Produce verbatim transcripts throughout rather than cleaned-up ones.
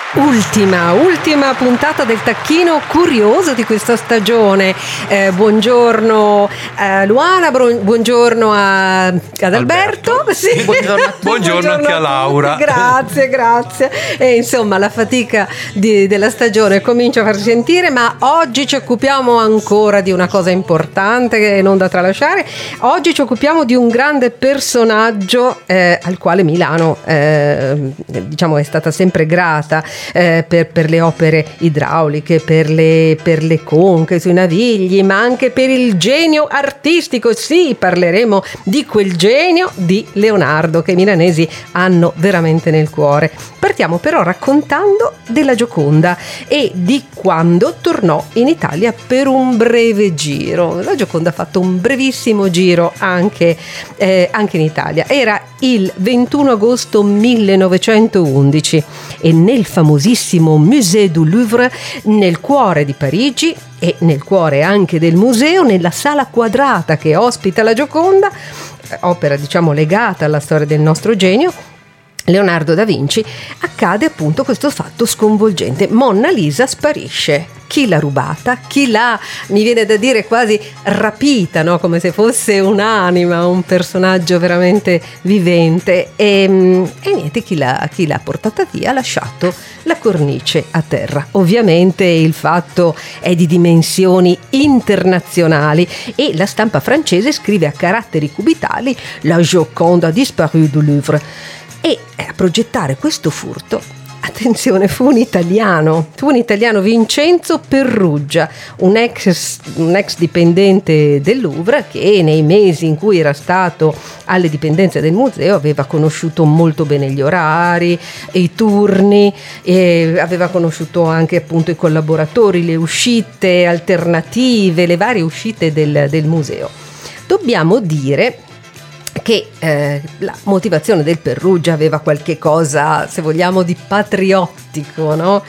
Ultima, ultima puntata del Tacchino Curioso di questa stagione. Eh, buongiorno a Luana, buongiorno a, ad Alberto. Alberto. Sì. Buongiorno, a buongiorno anche a, a Laura. Grazie, grazie. E insomma, la fatica di, della stagione comincia a farsi sentire, ma oggi ci occupiamo ancora di una cosa importante che non da tralasciare. Oggi ci occupiamo di un grande personaggio eh, al quale Milano eh, diciamo è stata sempre grata. Eh, per, per le opere idrauliche, per le, per le conche sui navigli, ma anche per il genio artistico. Sì, parleremo di quel genio di Leonardo che i milanesi hanno veramente nel cuore. Partiamo però raccontando della Gioconda e di quando tornò in Italia per un breve giro. La Gioconda ha fatto un brevissimo giro anche, eh, anche in Italia. Era il ventuno agosto millenovecentoundici e nel famosissimo Musée du Louvre, nel cuore di Parigi e nel cuore anche del museo, nella sala quadrata che ospita la Gioconda, opera diciamo legata alla storia del nostro genio Leonardo da Vinci, accade appunto questo fatto sconvolgente. Monna Lisa sparisce. Chi l'ha rubata? Chi l'ha, mi viene da dire, quasi rapita, no? Come se fosse un'anima, un personaggio veramente vivente. E, e niente, chi l'ha, chi l'ha portata via ha lasciato la cornice a terra. Ovviamente il fatto è di dimensioni internazionali e la stampa francese scrive a caratteri cubitali «La Gioconda disparue du Louvre». E a progettare questo furto, attenzione, fu un italiano, fu un italiano Vincenzo Perrugia, un ex, un ex dipendente del Louvre che nei mesi in cui era stato alle dipendenze del museo aveva conosciuto molto bene gli orari, i turni, e aveva conosciuto anche appunto i collaboratori, le uscite alternative, le varie uscite del, del museo. Dobbiamo dire che eh, la motivazione del Perrugia aveva qualche cosa, se vogliamo, di patriottico, no?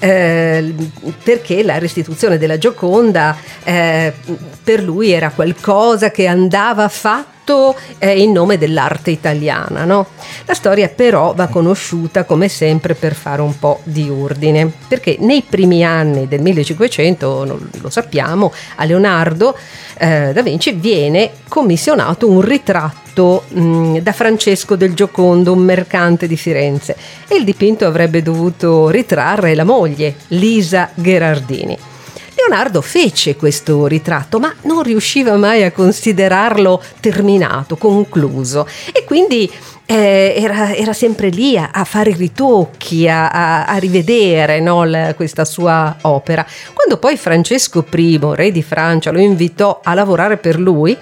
Eh, perché la restituzione della Gioconda eh, per lui era qualcosa che andava fatto eh, in nome dell'arte italiana, no? La storia però va conosciuta come sempre per fare un po' di ordine, perché nei primi anni del millecinquecento, non lo sappiamo, a Leonardo eh, da Vinci viene commissionato un ritratto mh, da Francesco del Giocondo, un mercante di Firenze, e il dipinto avrebbe dovuto ritrarre la moglie, Lisa Gherardini. Leonardo fece questo ritratto, ma non riusciva mai a considerarlo terminato, concluso, e quindi eh, era, era sempre lì a, a fare i ritocchi, a, a, a rivedere, no, la, questa sua opera. Quando poi Francesco primo, re di Francia, lo invitò a lavorare per lui,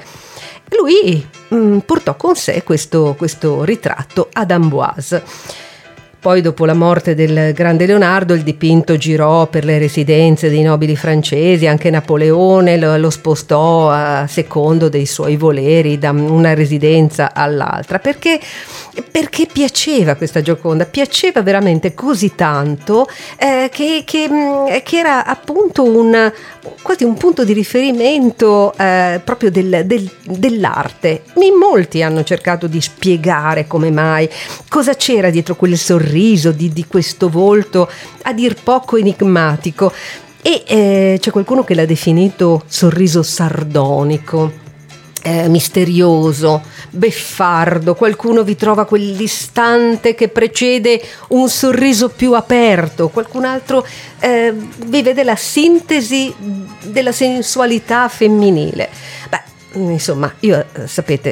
lui mh, portò con sé questo, questo ritratto ad Amboise. Poi, dopo la morte del grande Leonardo, il dipinto girò per le residenze dei nobili francesi, anche Napoleone lo, lo spostò a secondo dei suoi voleri da una residenza all'altra, perché, perché piaceva questa Gioconda, piaceva veramente così tanto eh, che, che, che era appunto un, quasi un punto di riferimento eh, proprio del, del, dell'arte. In molti hanno cercato di spiegare come mai, cosa c'era dietro quel sorriso Di, di questo volto a dir poco enigmatico, e eh, c'è qualcuno che l'ha definito sorriso sardonico, eh, misterioso, beffardo. Qualcuno vi trova quell'istante che precede un sorriso più aperto, qualcun altro eh, vi vede la sintesi della sensualità femminile. Beh, insomma, io sapete,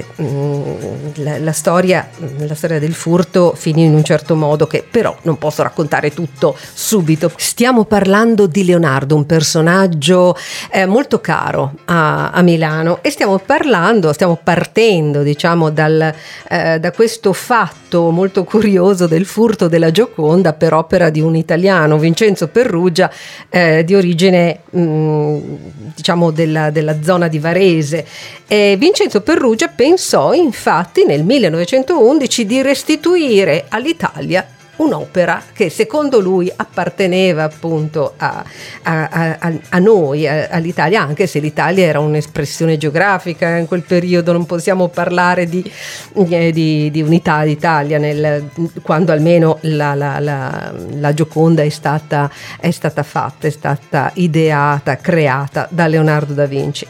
la, la storia la storia del furto finì in un certo modo che però non posso raccontare tutto subito. Stiamo parlando di Leonardo, un personaggio eh, molto caro a, a Milano, e stiamo parlando, stiamo partendo diciamo dal, eh, da questo fatto molto curioso del furto della Gioconda per opera di un italiano, Vincenzo Perrugia, eh, di origine mh, diciamo della, della zona di Varese. E Vincenzo Perrugia pensò infatti nel millenovecentoundici di restituire all'Italia un'opera che secondo lui apparteneva appunto a, a, a, a noi, a, all'Italia, anche se l'Italia era un'espressione geografica in quel periodo, non possiamo parlare di, eh, di, di unità d'Italia nel, quando almeno la, la, la, la Gioconda è stata, è stata fatta, è stata ideata, creata da Leonardo da Vinci.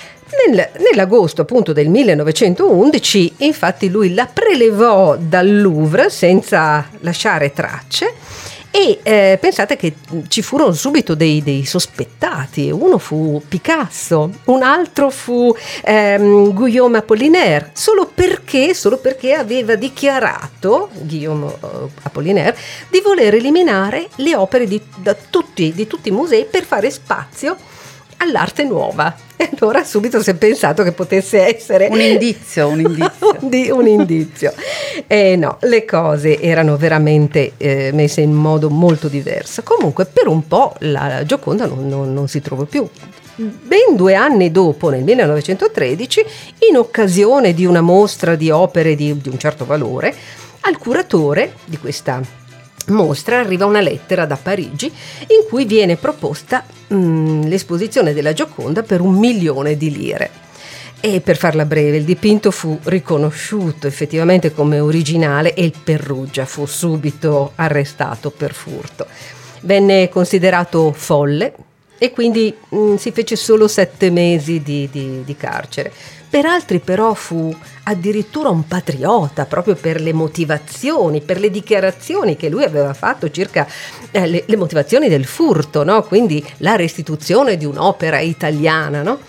Nel, nell'agosto appunto del millenovecentoundici infatti lui la prelevò dal Louvre senza lasciare tracce e eh, pensate che ci furono subito dei, dei sospettati. Uno fu Picasso, un altro fu ehm, Guillaume Apollinaire, solo perché, solo perché aveva dichiarato Guillaume Apollinaire di voler eliminare le opere di, da tutti, di tutti i musei per fare spazio all'arte nuova. E allora subito si è pensato che potesse essere un indizio, un indizio. di, un indizio. E no, le cose erano veramente eh, messe in modo molto diverso. Comunque per un po' la Gioconda non, non, non si trovò più. Ben due anni dopo, nel millenovecentotredici, in occasione di una mostra di opere di, di un certo valore, al curatore di questa mostra arriva una lettera da Parigi in cui viene proposta mh, l'esposizione della Gioconda per un milione di lire. E per farla breve, il dipinto fu riconosciuto effettivamente come originale e il Perugia fu subito arrestato per furto. Venne considerato folle e quindi mh, si fece solo sette mesi di, di, di carcere. Per altri però fu addirittura un patriota, proprio per le motivazioni, per le dichiarazioni che lui aveva fatto circa eh, le, le motivazioni del furto, no? Quindi la restituzione di un'opera italiana, no?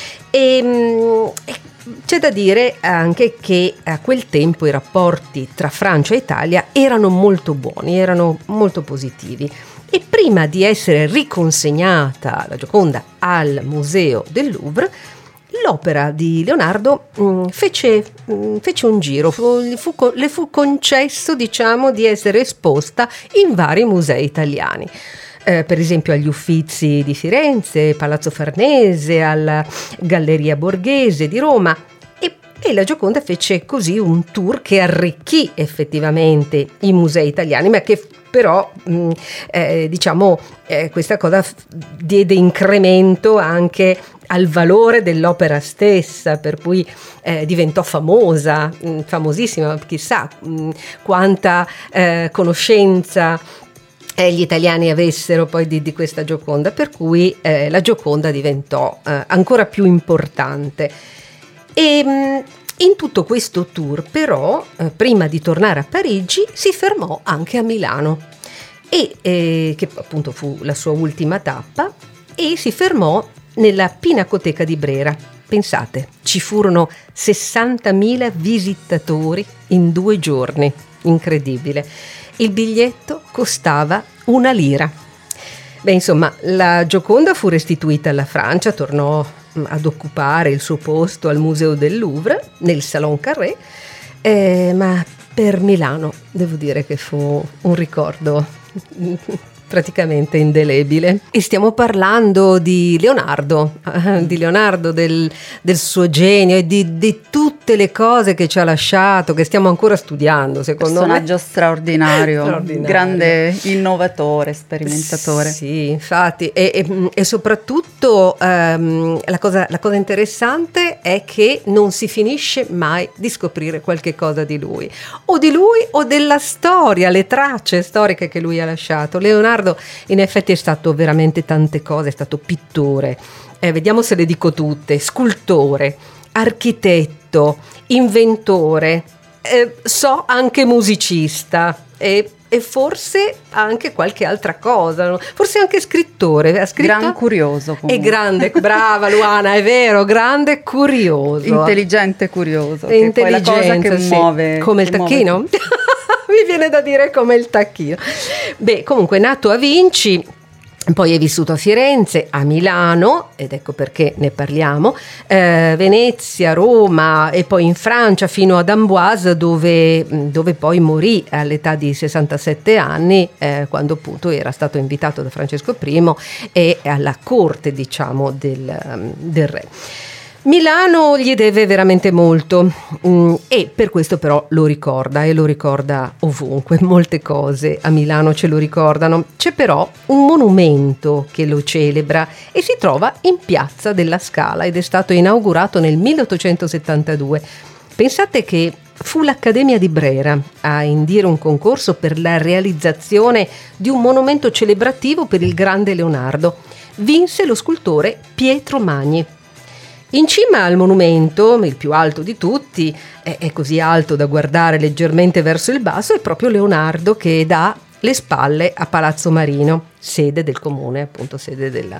E, mh, e c'è da dire anche che a quel tempo i rapporti tra Francia e Italia erano molto buoni, erano molto positivi. E prima di essere riconsegnata la Gioconda al Museo del Louvre, l'opera di Leonardo mh, fece, mh, fece un giro, fu, le, fu, le fu concesso, diciamo, di essere esposta in vari musei italiani. Eh, per esempio agli Uffizi di Firenze, Palazzo Farnese, alla Galleria Borghese di Roma. E, e la Gioconda fece così un tour che arricchì effettivamente i musei italiani, ma che però mh, eh, diciamo eh, questa cosa f- diede incremento anche al valore dell'opera stessa, per cui eh, diventò famosa, mh, famosissima, chissà mh, quanta eh, conoscenza eh, gli italiani avessero poi di, di questa Gioconda, per cui eh, la Gioconda diventò eh, ancora più importante. E mh, in tutto questo tour però, eh, prima di tornare a Parigi, si fermò anche a Milano, e eh, che appunto fu la sua ultima tappa, e si fermò nella Pinacoteca di Brera. Pensate, ci furono sessantamila visitatori in due giorni, incredibile. Il biglietto costava una lira. Beh, insomma, la Gioconda fu restituita alla Francia, tornò ad occupare il suo posto al Museo del Louvre, nel Salon Carré, eh, ma per Milano devo dire che fu un ricordo praticamente indelebile. E stiamo parlando di Leonardo, di Leonardo, del, del suo genio e di, di tutte le cose che ci ha lasciato, che stiamo ancora studiando, secondo me. Personaggio straordinario, straordinario, grande innovatore, sperimentatore. Sì, infatti, e, e, e soprattutto um, la, cosa, la cosa interessante è che non si finisce mai di scoprire qualche cosa di lui, o di lui o della storia, le tracce storiche che lui ha lasciato. Leonardo in effetti è stato veramente tante cose, è stato pittore, eh, vediamo se le dico tutte: scultore, architetto, inventore, eh, so anche musicista e, e forse anche qualche altra cosa, no? Forse anche scrittore, ha scritto. Gran curioso comunque. È grande, brava Luana, è vero, grande curioso. Intelligente curioso, che è poi la cosa che sì, muove. Come il tacchino? Mi viene da dire come il tacchino. Beh, comunque, nato a Vinci, poi è vissuto a Firenze, a Milano, ed ecco perché ne parliamo, eh, Venezia, Roma e poi in Francia fino ad Amboise, dove, dove poi morì all'età di sessantasette anni, eh, quando appunto era stato invitato da Francesco I e alla corte, diciamo, del, del re. Milano gli deve veramente molto mm, e per questo però lo ricorda e lo ricorda ovunque, molte cose a Milano ce lo ricordano. C'è però un monumento che lo celebra e si trova in Piazza della Scala ed è stato inaugurato nel milleottocentosettantadue. Pensate che fu l'Accademia di Brera a indire un concorso per la realizzazione di un monumento celebrativo per il grande Leonardo. Vinse lo scultore Pietro Magni. In cima al monumento, il più alto di tutti, è, è così alto da guardare leggermente verso il basso, è proprio Leonardo che dà le spalle a Palazzo Marino, sede del comune, appunto sede della,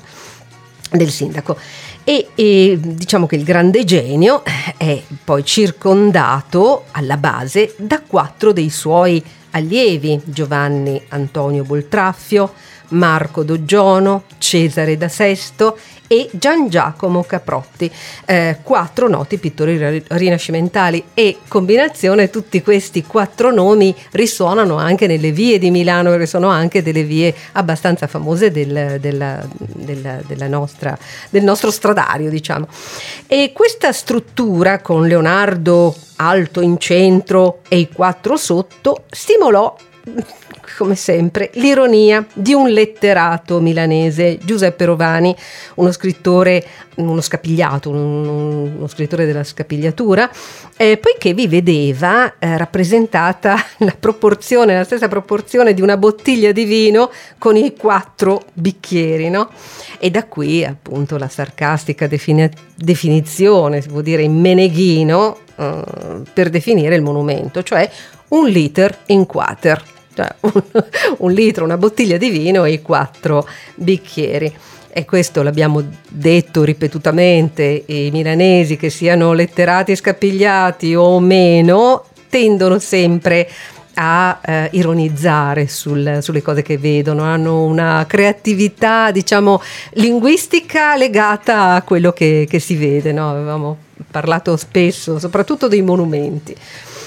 del sindaco. E, e diciamo che il grande genio è poi circondato alla base da quattro dei suoi allievi, Giovanni Antonio Boltraffio, Marco Doggiono, Cesare da Sesto e Gian Giacomo Caprotti, eh, quattro noti pittori rinascimentali, e combinazione tutti questi quattro nomi risuonano anche nelle vie di Milano, che sono anche delle vie abbastanza famose del, della, della, della nostra, del nostro stradario, diciamo. E questa struttura con Leonardo alto in centro e i quattro sotto stimolò, come sempre, l'ironia di un letterato milanese, Giuseppe Rovani, uno scrittore, uno scapigliato, uno, uno scrittore della scapigliatura, eh, poiché vi vedeva eh, rappresentata la proporzione, la stessa proporzione di una bottiglia di vino con i quattro bicchieri, no? E da qui appunto la sarcastica defini- definizione, si può dire in meneghino, eh, per definire il monumento, cioè un liter in quater. Cioè un, un litro, una bottiglia di vino e i quattro bicchieri. E questo l'abbiamo detto ripetutamente, i milanesi, che siano letterati e scapigliati o meno, tendono sempre a eh, ironizzare sul, sulle cose che vedono, hanno una creatività, diciamo, linguistica legata a quello che, che si vede, no? Avevamo parlato spesso, soprattutto dei monumenti.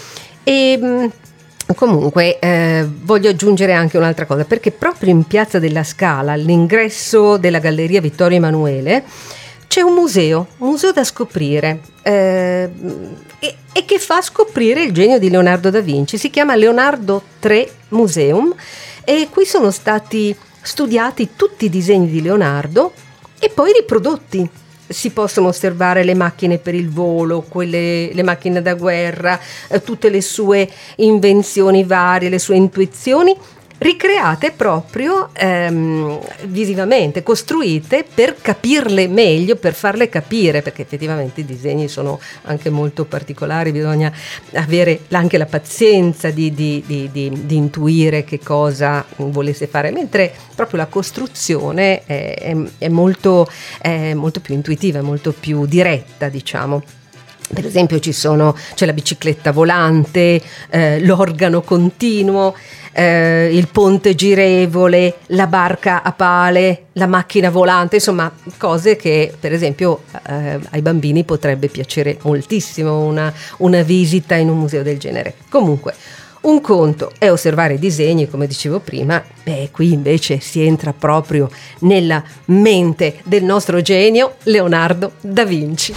E mh, Comunque eh, voglio aggiungere anche un'altra cosa, perché proprio in Piazza della Scala, all'ingresso della Galleria Vittorio Emanuele, c'è un museo, un museo da scoprire eh, e, e che fa scoprire il genio di Leonardo da Vinci. Si chiama Leonardo tre Museum e qui sono stati studiati tutti i disegni di Leonardo e poi riprodotti. Si possono osservare le macchine per il volo, quelle, le macchine da guerra, eh, tutte le sue invenzioni varie, le sue intuizioni, ricreate proprio ehm, visivamente, costruite per capirle meglio, per farle capire, perché effettivamente i disegni sono anche molto particolari, bisogna avere anche la pazienza di, di, di, di, di intuire che cosa volesse fare, mentre proprio la costruzione è, è, è, molto, è molto più intuitiva, molto più diretta, diciamo. Per esempio ci sono, c'è la bicicletta volante, eh, l'organo continuo, eh, il ponte girevole, la barca a pale, la macchina volante, insomma cose che per esempio eh, ai bambini potrebbe piacere moltissimo una, una visita in un museo del genere. Comunque, un conto è osservare i disegni, come dicevo prima, beh, qui invece si entra proprio nella mente del nostro genio Leonardo da Vinci.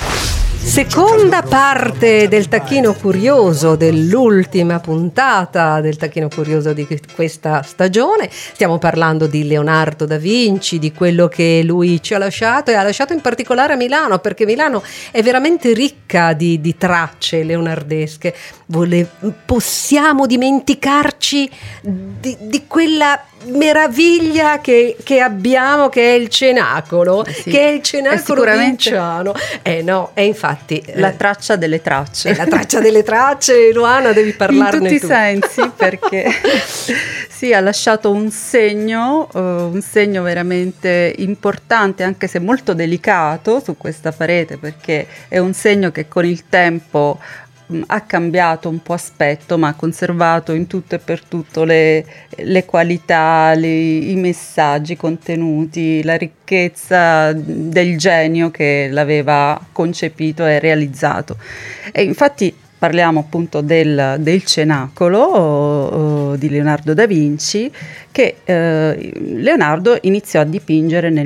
Seconda parte del Tacchino Curioso, dell'ultima puntata del Tacchino Curioso di questa stagione. Stiamo parlando di Leonardo da Vinci, di quello che lui ci ha lasciato e ha lasciato in particolare a Milano, perché Milano è veramente ricca di, di tracce leonardesche. Vole, possiamo dimenticarci di, di quella meraviglia che, che abbiamo, che è il cenacolo, sì, che è il cenacolo vinciano. Eh no, è infatti la eh, traccia delle tracce. È la traccia delle tracce, Luana, devi parlarne in tutti tu. i sensi, perché sì, ha lasciato un segno, uh, un segno veramente importante, anche se molto delicato, su questa parete, perché è un segno che con il tempo ha cambiato un po' aspetto, ma ha conservato in tutto e per tutto le, le qualità, le, i messaggi contenuti, la ricchezza del genio che l'aveva concepito e realizzato. E infatti parliamo appunto del, del Cenacolo oh, di Leonardo da Vinci, che eh, Leonardo iniziò a dipingere nel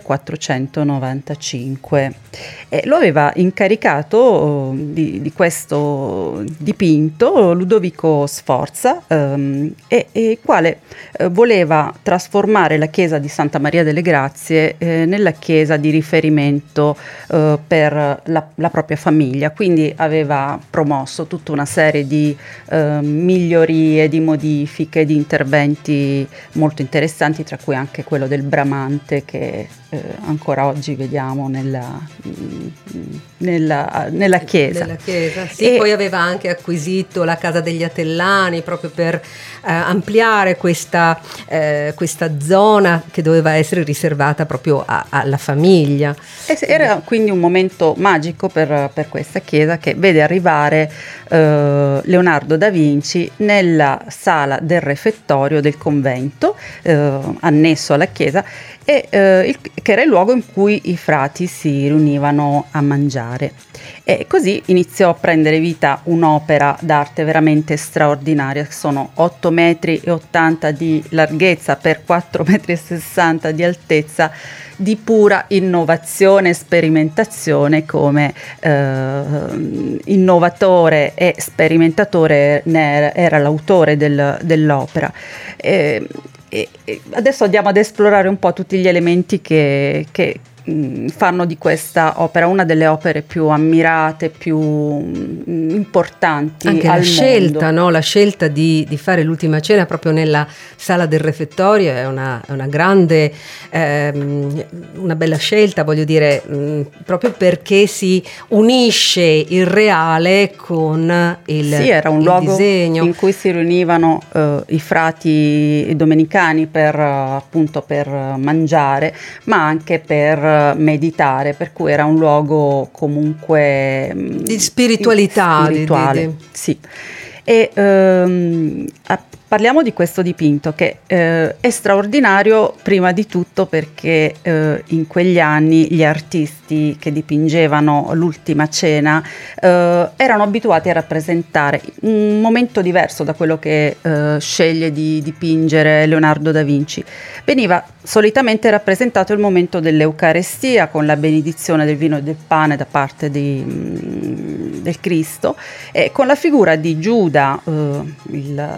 millequattrocentonovantacinque e lo aveva incaricato oh, di, di questo dipinto Ludovico Sforza, ehm, e, e il quale eh, voleva trasformare la chiesa di Santa Maria delle Grazie eh, nella chiesa di riferimento eh, per la, la propria famiglia, quindi aveva promosso tutta una serie di eh, migliorie, di modifiche, di interventi molto interessanti, tra cui anche quello del Bramante che eh, ancora oggi vediamo nella, nella, nella chiesa. Nella chiesa. Sì, e poi aveva anche acquisito la Casa degli Atellani proprio per eh, ampliare questa, eh, questa zona che doveva essere riservata proprio a, alla famiglia. Era quindi un momento magico per, per questa chiesa, che vede arrivare eh, Leonardo da Vinci nella sala del refettorio del convento eh, annesso alla chiesa, e, eh, il, che era il luogo in cui i frati si riunivano a mangiare. E così iniziò a prendere vita un'opera d'arte veramente straordinaria. Sono otto metri e ottanta di larghezza per quattro metri e sessanta di altezza, di pura innovazione e sperimentazione, come eh, innovatore e sperimentatore ne era, era l'autore del, dell'opera. E, e, e adesso andiamo ad esplorare un po' tutti gli elementi che, che fanno di questa opera una delle opere più ammirate, più mh, importanti anche al la scelta, mondo. no? La scelta di, di fare l'ultima cena proprio nella sala del refettorio è una, è una grande, ehm, una bella scelta, voglio dire, mh, proprio perché si unisce il reale con il, sì, era un il luogo disegno in cui si riunivano eh, i frati domenicani per appunto per mangiare, ma anche per meditare, per cui era un luogo comunque di spiritualità, spirituale, di, di, di. Sì. E ehm, a, parliamo di questo dipinto che eh, è straordinario prima di tutto perché eh, in quegli anni gli artisti che dipingevano l'Ultima Cena eh, erano abituati a rappresentare un momento diverso da quello che eh, sceglie di dipingere Leonardo da Vinci. Veniva solitamente rappresentato il momento dell'Eucarestia con la benedizione del vino e del pane da parte di, mh, del Cristo, e con la figura di Giuda, eh, il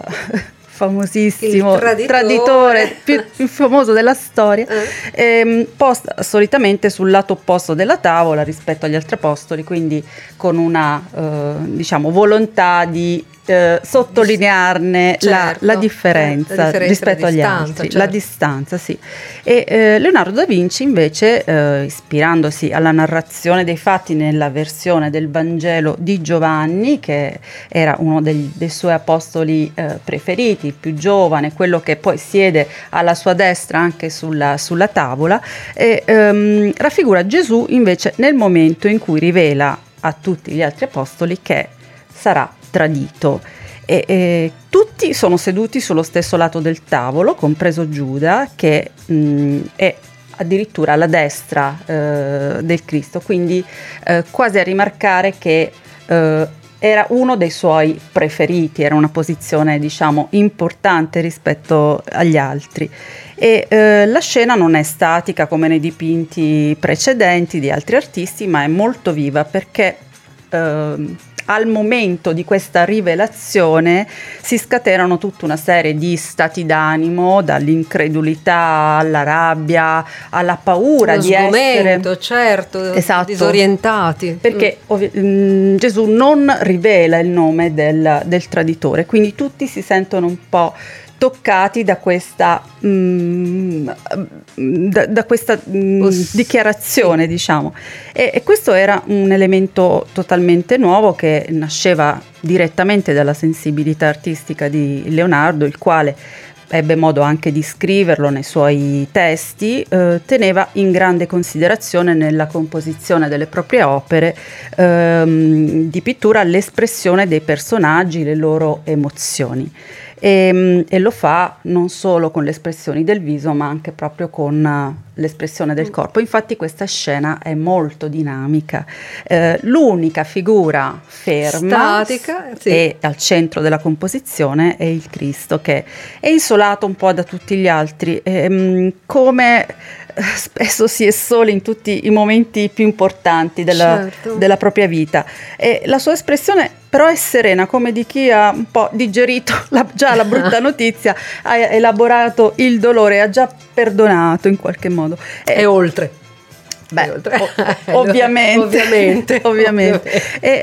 famosissimo il traditore, traditore più, più famoso della storia, eh. ehm, posta solitamente sul lato opposto della tavola rispetto agli altri apostoli, quindi con una eh, diciamo volontà di eh, sottolinearne certo, la, la, differenza, eh, la differenza rispetto agli distanza, altri, certo. La distanza, sì. E eh, Leonardo da Vinci invece, eh, ispirandosi alla narrazione dei fatti nella versione del Vangelo di Giovanni, che era uno dei, dei suoi apostoli eh, preferiti, il più giovane, quello che poi siede alla sua destra anche sulla, sulla tavola, e ehm, raffigura Gesù invece nel momento in cui rivela a tutti gli altri apostoli che sarà tradito. E, e tutti sono seduti sullo stesso lato del tavolo, compreso Giuda, che mh, è addirittura alla destra eh, del Cristo, quindi eh, quasi a rimarcare che eh, era uno dei suoi preferiti, era una posizione diciamo importante rispetto agli altri. E eh, la scena non è statica come nei dipinti precedenti di altri artisti, ma è molto viva perché eh, al momento di questa rivelazione si scatenano tutta una serie di stati d'animo, dall'incredulità alla rabbia, alla paura lo di essere certo, esatto, disorientati. Perché ovvi- mh, Gesù non rivela il nome del, del traditore, quindi tutti si sentono un po' toccati da questa mh, da, da questa mh, oh, dichiarazione, sì. diciamo e, e questo era un elemento totalmente nuovo che nasceva direttamente dalla sensibilità artistica di Leonardo, il quale ebbe modo anche di scriverlo nei suoi testi, eh, teneva in grande considerazione nella composizione delle proprie opere ehm, di pittura l'espressione dei personaggi, le loro emozioni. e, e lo fa non solo con le espressioni del viso ma anche proprio con l'espressione del corpo. Infatti questa scena è molto dinamica, eh, l'unica figura ferma statica, sì, e al centro della composizione è il Cristo, che è isolato un po' da tutti gli altri, ehm, come spesso si è soli in tutti i momenti più importanti della, certo, della propria vita, e la sua espressione però è serena, come di chi ha un po' digerito la, già la brutta notizia, ha elaborato il dolore, ha già perdonato in qualche modo. E, e oltre. Beh, o- ovviamente, ovviamente, ovviamente. E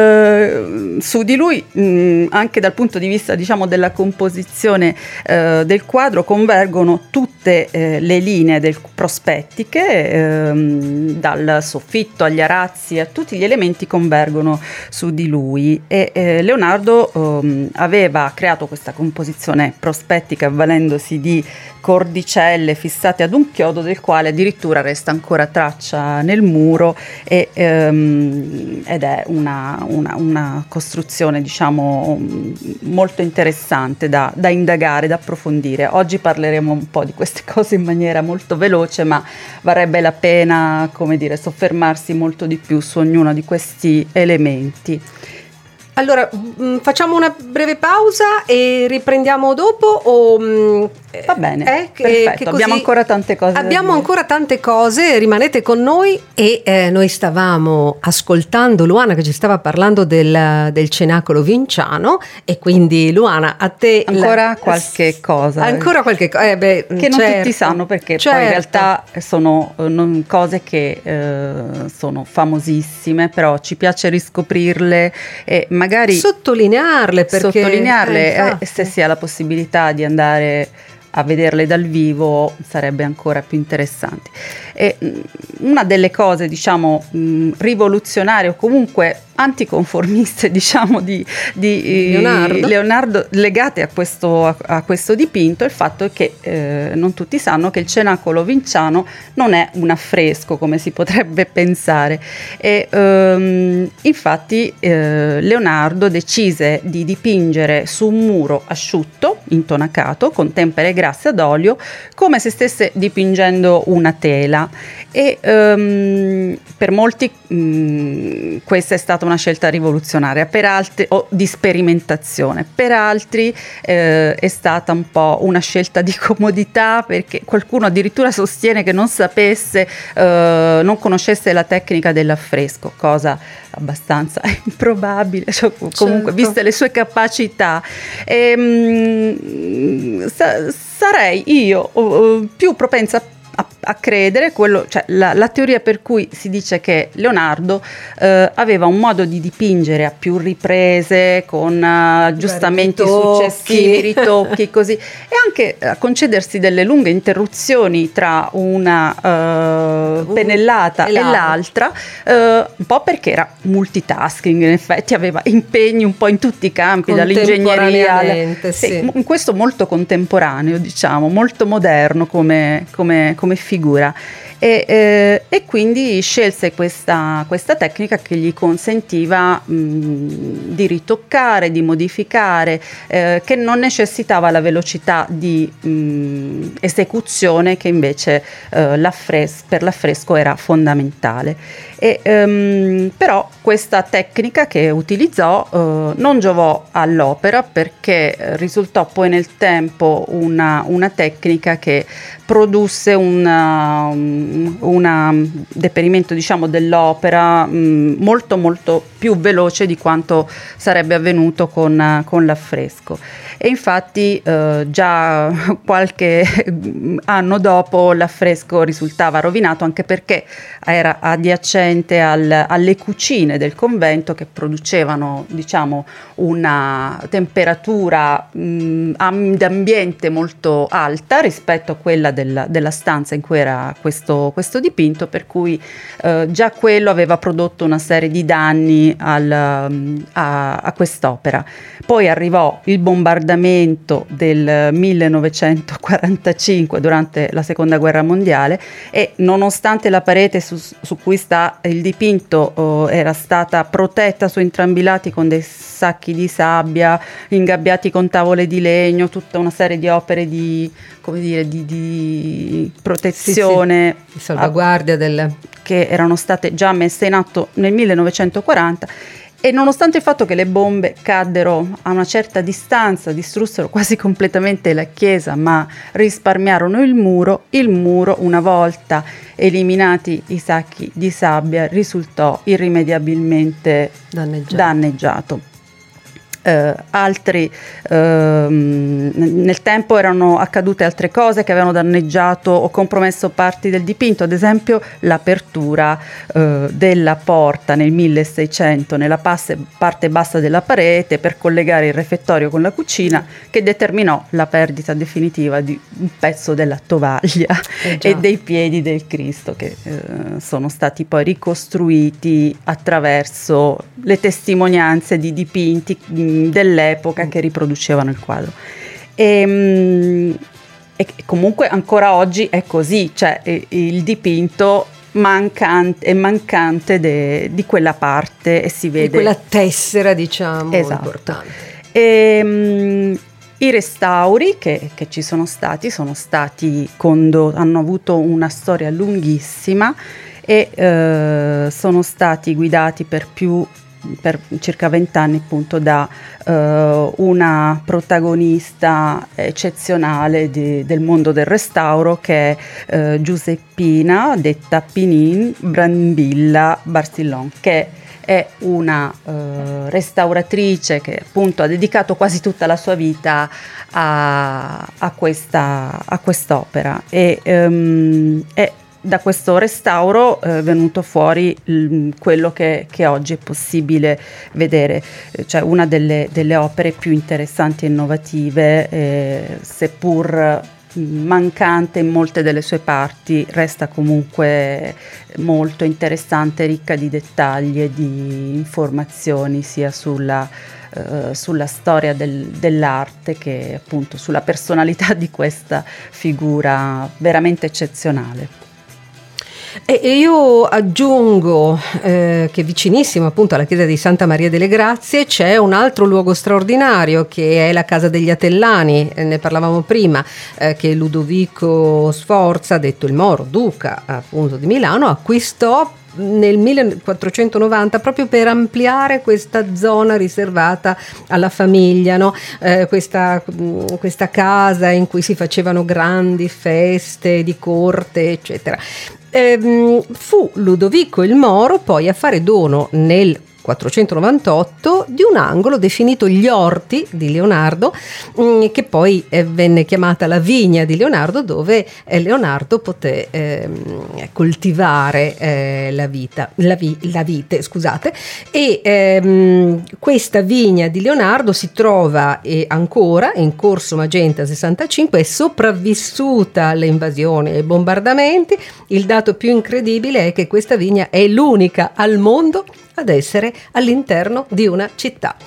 eh, su di lui, mh, anche dal punto di vista, diciamo, della composizione eh, del quadro, convergono tutte eh, le linee del prospettiche, ehm, dal soffitto agli arazzi, a tutti gli elementi convergono su di lui, e eh, Leonardo ehm, aveva creato questa composizione prospettica avvalendosi di cordicelle fissate ad un chiodo, del quale addirittura resta ancora traccia nel muro, e, ehm, ed è una, una, una costruzione, diciamo, molto interessante da, da indagare, da approfondire. Oggi parleremo un po' di queste cose in maniera molto veloce, ma varrebbe la pena, come dire, soffermarsi molto di più su ognuno di questi elementi. Allora, mh, facciamo una breve pausa e riprendiamo dopo, o mh, va bene, eh, che, perfetto, che così abbiamo ancora tante cose abbiamo da dire. ancora tante cose, rimanete con noi. E eh, noi stavamo ascoltando Luana che ci stava parlando del, del cenacolo vinciano, e quindi Luana, a te ancora la, qualche cosa ancora qualche cosa eh beh, che non certo, tutti sanno, perché certo, poi in realtà sono eh, non, cose che eh, sono famosissime, però ci piace riscoprirle e magari sottolinearle, perché sottolinearle eh, eh, se si ha la possibilità di andare a vederle dal vivo sarebbe ancora più interessante. E mh, una delle cose, diciamo, mh, rivoluzionarie o comunque anticonformiste, diciamo, di, di Leonardo. Leonardo legate a questo, a, a questo dipinto è il fatto che eh, non tutti sanno che il cenacolo vinciano non è un affresco come si potrebbe pensare, e ehm, infatti eh, Leonardo decise di dipingere su un muro asciutto, intonacato, con tempere grasse ad olio, come se stesse dipingendo una tela. E um, per molti um, questa è stata una scelta rivoluzionaria, per altri, o di sperimentazione, per altri eh, è stata un po' una scelta di comodità, perché qualcuno addirittura sostiene che non sapesse, eh, non conoscesse la tecnica dell'affresco, cosa abbastanza improbabile, cioè, comunque, certo, viste le sue capacità. E, um, sa- sarei io uh, più propensa A, a credere quello, cioè la, la teoria per cui si dice che Leonardo eh, aveva un modo di dipingere a più riprese, con uh, aggiustamenti ritocchi. successivi, ritocchi, così, e anche a concedersi delle lunghe interruzioni tra una uh, pennellata e, e l'altra, uh, un po' perché era multitasking, in effetti aveva impegni un po' in tutti i campi, dall'ingegneria al, sì. Sì, in questo molto contemporaneo, diciamo, molto moderno come, come, come figura. E, eh, e quindi scelse questa, questa tecnica che gli consentiva mh, di ritoccare, di modificare, eh, che non necessitava la velocità di mh, esecuzione che invece eh, l'affres- per l'affresco era fondamentale. E, ehm, però questa tecnica che utilizzò eh, non giovò all'opera, perché risultò poi nel tempo una, una tecnica che produsse una, un deperimento, diciamo, dell'opera mh, molto molto più veloce di quanto sarebbe avvenuto con, con l'affresco. E infatti eh, già qualche anno dopo l'affresco risultava rovinato, anche perché era adiacente al, alle cucine del convento, che producevano, diciamo, una temperatura mh, d'ambiente molto alta rispetto a quella della, della stanza in cui era questo, questo dipinto, per cui eh, già quello aveva prodotto una serie di danni al, a, a quest'opera. Poi arrivò il bombardamento del millenovecentoquarantacinque durante la seconda guerra mondiale, e nonostante la parete su, su cui sta il dipinto oh, era stata protetta su entrambi i lati con dei sacchi di sabbia, ingabbiati con tavole di legno, tutta una serie di opere di, come dire, di, di protezione, sì, sì, di salvaguardia del... che erano state già messe in atto nel millenovecentoquaranta. E nonostante il fatto che le bombe caddero a una certa distanza, distrussero quasi completamente la chiesa, ma risparmiarono il muro, il muro, una volta eliminati i sacchi di sabbia, risultò irrimediabilmente danneggiato. danneggiato. Uh, altri uh, nel tempo erano accadute altre cose che avevano danneggiato o compromesso parti del dipinto, ad esempio l'apertura uh, della porta nel milleseicento nella passe, parte bassa della parete per collegare il refettorio con la cucina, che determinò la perdita definitiva di un pezzo della tovaglia eh e dei piedi del Cristo, che uh, sono stati poi ricostruiti attraverso le testimonianze di dipinti dell'epoca che riproducevano il quadro. E, e comunque ancora oggi è così, cioè il dipinto mancante, è mancante de, di quella parte e si vede... Di quella tessera, diciamo, esatto. importante. E, um, i restauri che, che ci sono stati sono stati condotti, hanno avuto una storia lunghissima e uh, sono stati guidati per più per circa vent'anni appunto da uh, una protagonista eccezionale di, del mondo del restauro, che è uh, Giuseppina, detta Pinin Brambilla Bartillon, che è una uh, restauratrice che appunto ha dedicato quasi tutta la sua vita a, a, questa, a quest'opera e um, è da questo restauro è eh, venuto fuori l- quello che, che oggi è possibile vedere, cioè una delle, delle opere più interessanti e innovative, eh, seppur mancante in molte delle sue parti, resta comunque molto interessante, ricca di dettagli e di informazioni sia sulla, uh, sulla storia del, dell'arte che appunto sulla personalità di questa figura veramente eccezionale. E io aggiungo eh, che vicinissimo appunto alla chiesa di Santa Maria delle Grazie c'è un altro luogo straordinario che è la Casa degli Atellani, eh, ne parlavamo prima, eh, che Ludovico Sforza, detto il Moro, duca appunto di Milano, acquistò nel millequattrocentonovanta proprio per ampliare questa zona riservata alla famiglia, no? eh, questa, questa casa in cui si facevano grandi feste di corte eccetera. Ehm, fu Ludovico il Moro poi a fare dono nel quattrocentonovantotto di un angolo definito gli Orti di Leonardo, mh, che poi eh, venne chiamata la Vigna di Leonardo, dove eh, Leonardo poté eh, coltivare eh, la vita, la, vi, la vite, scusate, e ehm, questa vigna di Leonardo si trova eh, ancora in Corso Magenta sessantacinque, è sopravvissuta alle invasioni e ai bombardamenti. Il dato più incredibile è che questa vigna è l'unica al mondo ad essere all'interno di una città.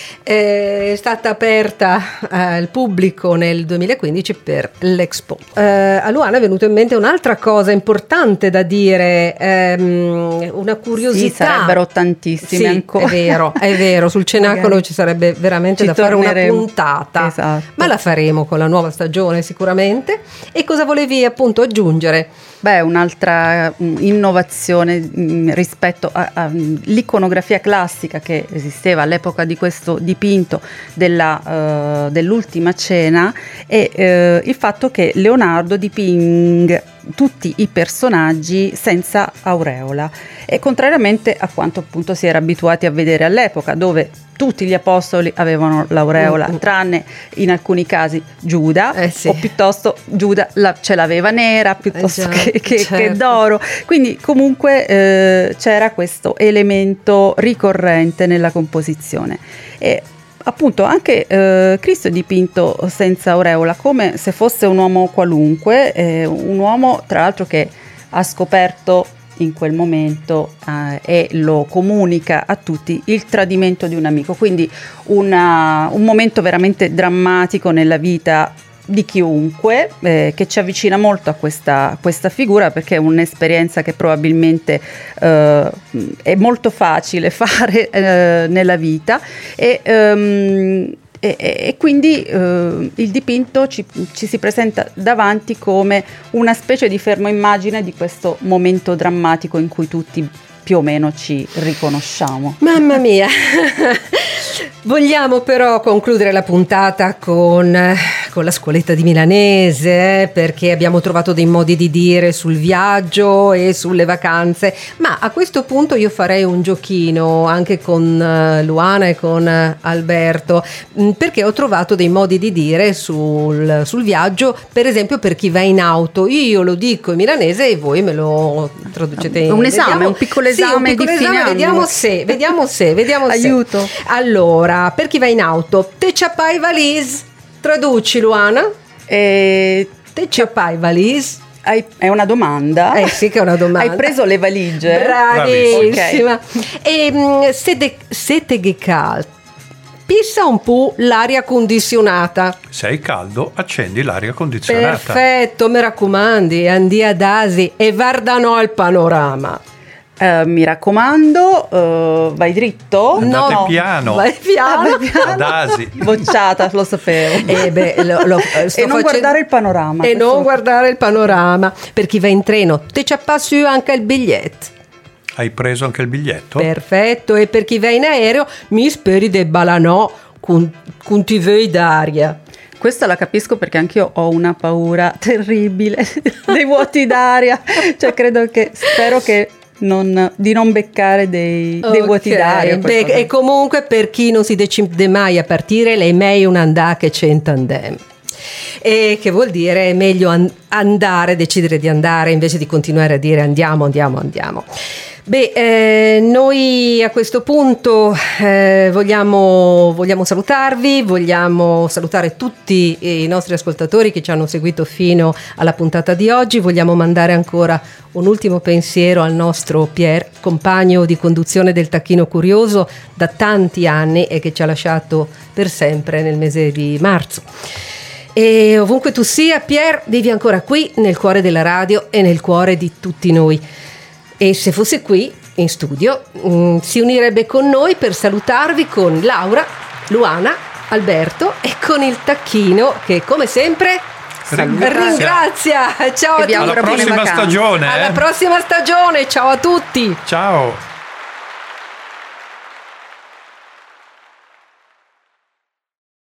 È stata aperta al pubblico nel duemilaquindici per l'Expo. Eh, a Luana è venuta in mente un'altra cosa importante da dire, ehm, una curiosità. Sì, sarebbero tantissime sì, ancora. È vero, è vero, sul cenacolo Magari. Ci sarebbe veramente ci da fare una torneremo. puntata, esatto. Ma la faremo con la nuova stagione sicuramente. E cosa volevi appunto aggiungere? Beh, un'altra um, innovazione um, rispetto all'iconografia classica che esisteva all'epoca di questo dipinto della, uh, dell'ultima cena è uh, il fatto che Leonardo dipinge tutti i personaggi senza aureola, e contrariamente a quanto appunto si era abituati a vedere all'epoca, dove tutti gli apostoli avevano l'aureola, mm. tranne in alcuni casi Giuda, eh sì. o piuttosto Giuda la, ce l'aveva nera piuttosto eh già, che, che, certo. che d'oro, quindi comunque eh, c'era questo elemento ricorrente nella composizione. E appunto anche eh, Cristo è dipinto senza aureola, come se fosse un uomo qualunque, eh, un uomo tra l'altro che ha scoperto in quel momento eh, e lo comunica a tutti il tradimento di un amico, quindi una, un momento veramente drammatico nella vita di chiunque, eh, che ci avvicina molto a questa, questa figura, perché è un'esperienza che probabilmente eh, è molto facile fare eh, nella vita e ehm, E, e quindi eh, il dipinto ci, ci si presenta davanti come una specie di fermo immagine di questo momento drammatico in cui tutti più o meno ci riconosciamo. Mamma mia! Vogliamo però concludere la puntata con, con la scuoletta di milanese, perché abbiamo trovato dei modi di dire sul viaggio e sulle vacanze, ma a questo punto io farei un giochino anche con Luana e con Alberto, perché ho trovato dei modi di dire sul, sul viaggio, per esempio per chi va in auto. Io lo dico in milanese e voi me lo traducete in un esame, vediamo, un piccolo esame, sì, un piccolo di esame, vediamo se, vediamo se, vediamo se. Aiuto. Allora, per chi va in auto, te ciappai valise, traduci Luana? E... Te ciappai valise? Hai, è una domanda? Eh sì che è una domanda. Hai preso le valigie? Bravissima. Okay. E se, de, se te che caldo, pissa un po' l'aria condizionata. Se è caldo, accendi l'aria condizionata. Perfetto, mi raccomandi, andi ad Asi e guardano il panorama. Uh, mi raccomando, uh, vai dritto. Andate no, piano. Vai piano. Ah, vai piano. Ad Asi. Bocciata, lo sapevo. E, beh, lo, lo, sto e non facendo... guardare il panorama. E questo... non guardare il panorama. Per chi va in treno, te ci passi anche il biglietto. Hai preso anche il biglietto? Perfetto. E per chi va in aereo, mi speri de balanò con, con ti vei d'aria. Questa la capisco perché anch'io ho una paura terribile dei vuoti d'aria. Cioè credo che, spero che Non, di non beccare dei, dei okay. vuoti d'aria. Beh, e comunque per chi non si decide mai a partire, lei meglio un andà che cent'andem. E che vuol dire è meglio an- andare, decidere di andare invece di continuare a dire andiamo, andiamo, andiamo. Beh, eh, noi a questo punto eh, vogliamo, vogliamo salutarvi, vogliamo salutare tutti i nostri ascoltatori che ci hanno seguito fino alla puntata di oggi, vogliamo mandare ancora un ultimo pensiero al nostro Pier, compagno di conduzione del Tacchino Curioso da tanti anni e che ci ha lasciato per sempre nel mese di marzo. E ovunque tu sia, Pier, vivi ancora qui nel cuore della radio e nel cuore di tutti noi. E se fosse qui in studio mh, si unirebbe con noi per salutarvi con Laura, Luana, Alberto e con il Tacchino che come sempre ringrazia. ringrazia. Ciao a tutti. Alla prossima stagione. Alla eh? prossima stagione. Ciao a tutti. Ciao.